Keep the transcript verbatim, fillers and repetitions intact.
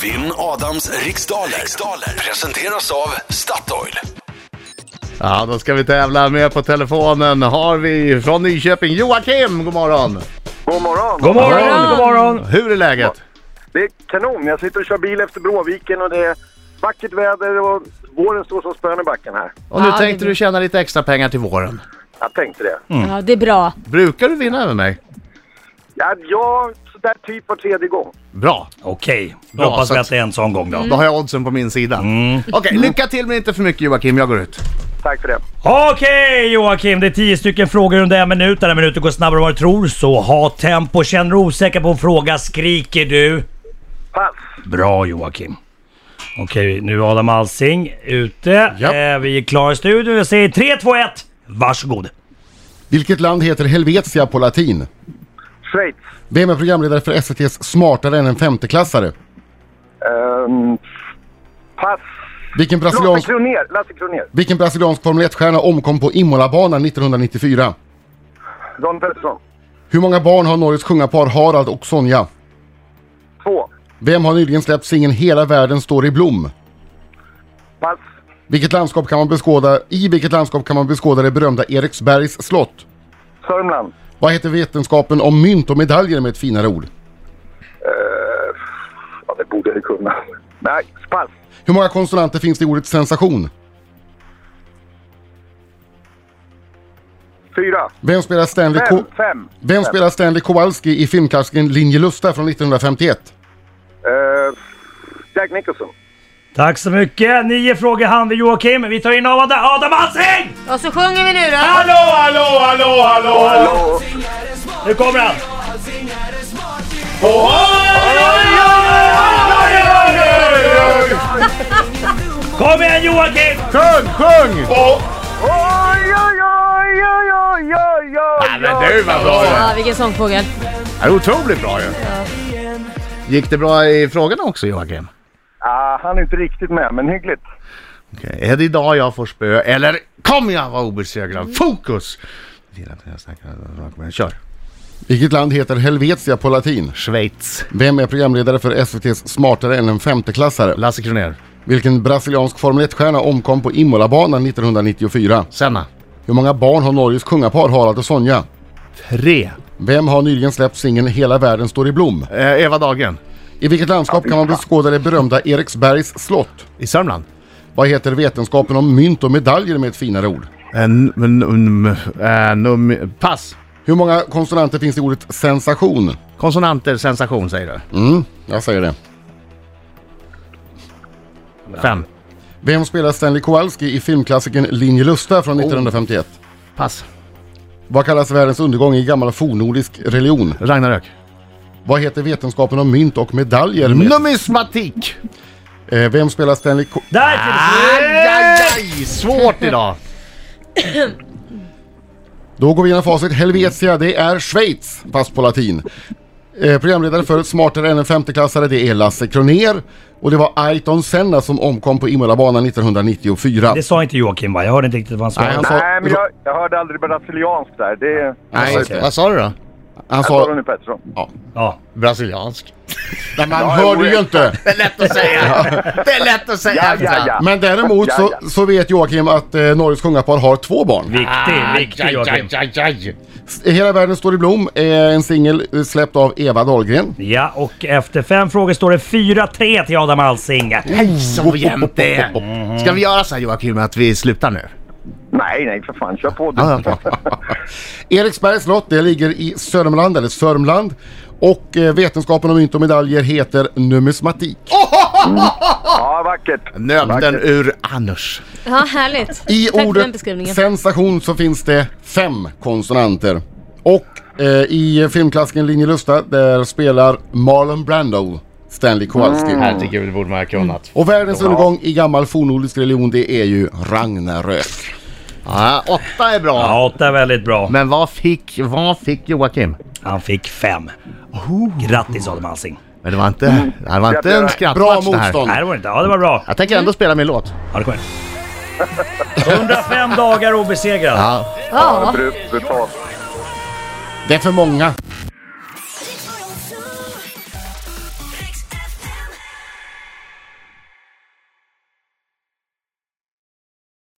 Vinn Adams riksdaler. riksdaler presenteras av Statoil. Ja, då ska vi tävla med på telefonen. Har vi från Nyköping Joakim, god morgon. God morgon. God morgon, god morgon. Hur är läget? Det är kanon. Jag sitter och kör bil efter Bråviken och det är vackert väder och våren står som spön i backen här. Och nu Ja, tänkte det- du tjäna lite extra pengar till våren. Jag tänkte det. Mm. Ja, det är bra. Brukar du vinna över mig? Ja, jag sådär typ var tredje gång. Bra. Okej, Bra, hoppas så vi att- att det är en sån gång då. Då har jag oddsen på min sida. Mm. Okej, lycka till men inte för mycket Joakim, jag går ut. Tack för det. Okej Joakim, det är tio stycken frågor under en minut. Den här minuten går snabbare än vad du tror. Så ha tempo. Känner du osäker på en fråga, skriker du. Pass. Bra Joakim. Okej, nu är Adam Alsing ute. Ja. Eh, vi är klara i studion. Jag säger tre, två, ett. Varsågod. Vilket land heter Helvetia på latin? Schweiz. Vem är programledare för S V T:s Smartare än en femteklassare? Um, pass. Vilken Lasse brasiliansk, Kronér. Lasse Kronér. vilken brasiliansk Formel ett-stjärna omkom på Imola-banan nittonhundranittiofyra? Ron Pettersson. Hur många barn har Norges kungapar Harald och Sonja? Två. Vem har nyligen släppt singeln Hela världen står i blom? Pass. Vilket landskap kan man beskåda, I vilket landskap kan man beskåda det berömda Eriksbergs slott? Sörmland. Vad heter vetenskapen om mynt och medaljer med ett finare ord? Uh, ja, det borde jag kunna. Nej, pass. Hur många konsonanter finns det i ordet sensation? Fyra. Vem spelar Stanley, Fem. Ko- Fem. Vem Fem. spelar Stanley Kowalski i filmklassiken Linje Lusta från nittonhundrafemtioett? Uh, Jack Nicholson. Tack så mycket. Nio frågor hann vi Joakim. Vi tar in Adam, Adam Alsing! Och så sjunger vi nu då. Hallå, hallå, hallå, hallå! Hallå. Nu kommer han! Kom igen Joakim! Sjung, sjung! Oj, oj, oj, oj, oj, oj, oj, Nej men du var bra Ja, ju. vilken sångfågel. Det är otroligt bra ju. Gick det bra i frågorna också Joakim? Ah, han är inte riktigt med, men hyggligt. Okej, är det idag jag får spö eller kommer jag vara obesegrad? Fokus! Kör. Vilket land heter Helvetia på latin? Schweiz. Vem är programledare för S V T:s Smartare än en femteklassare? Lasse Kronér. Vilken brasiliansk Formel ett-stjärna omkom på Imola-banan nittonhundranittiofyra? Senna. Hur många barn har Norges kungapar Harald och Sonja? Tre. Vem har nyligen släppt singeln Hela världen står i blom? Eh, Eva Dagen. I vilket landskap kan man beskåda det berömda Eriksbergs slott? I Sörmland. Vad heter vetenskapen om mynt och medaljer med ett finare ord? En, en, en, en, en, pass. Hur många konsonanter finns i ordet sensation? Konsonanter, sensation säger du. Mm, jag säger det. Fem. Vem spelar Stanley Kowalski i filmklassikern Linje Lusta från nittonhundrafemtioett? Pass. Vad kallas världens undergång i gammal fornnordisk religion? Ragnarök. Vad heter vetenskapen om mynt och medaljer med... Numismatik. Eh, vem spelar Stanley Ko- Där till Aj, aj, aj. Svårt idag. Då går vi igenom facit. Helvetia, det är Schweiz, fast på latin. Eh, programledare för Smartare än en femteklassare, det är Lasse Kronér. Och det var Ayrton Senna som omkom på Imola-banan nittonhundranittiofyra. Det sa inte Joakim va? Jag hörde inte riktigt vad han sa. Nej, han sa- Nej, men jag, jag hörde aldrig brasilianskt där. Det Nej, okej. Vad sa du då? han sa sa... Ronny Pettersson. Ja. Brasiliansk. Nej, man Ja, hörde jag- ju inte. Det är lätt att säga. Det är lätt att säga. Ja, ja, ja. Men däremot Ja, så, ja. så vet Joakim att eh, Norges kungapar har två barn. Viktig, viktig Joakim. aj, aj. Hela världen står i blom är en singel eh, släppt av Eva Dahlgren. Ja, och efter fem frågor står det fyra tre till Adam Alsing. Hej så jämnt det är. Ska vi göra så här Joakim att vi slutar nu? Nej, nej, för fan. Kör på du. Ja, ja. Eriksbergs slott, det ligger i Sörmland, eller Sörmland. Och eh, vetenskapen om mynt och medaljer heter numismatik. Ja, vackert. Nöten Vackert. ur Anus. Ja, härligt. I Tack för den ordet beskrivningen. sensation så finns det fem konsonanter. Och eh, i filmklassiken Linje Lusta, där spelar Marlon Brando Stanley Kowalski. Herregud, det borde man ha kunnat. Och världens undergång i gammal fornnordisk religion, det är ju Ragnarök. Ja, åtta är bra. Ja, åtta är väldigt bra. Men vad fick, vad fick Joakim? Han fick fem. Grattis Adam Alsing. Men det var inte, det var inte en Bra skrattmatch det här. motstånd. Nej, det var det inte. Ja, det var bra. Jag tänker ändå spela min låt. Ja, det kommer. hundrafem dagar obesegrad. Ja. Ja. Brut- Brutalt. Det är för många.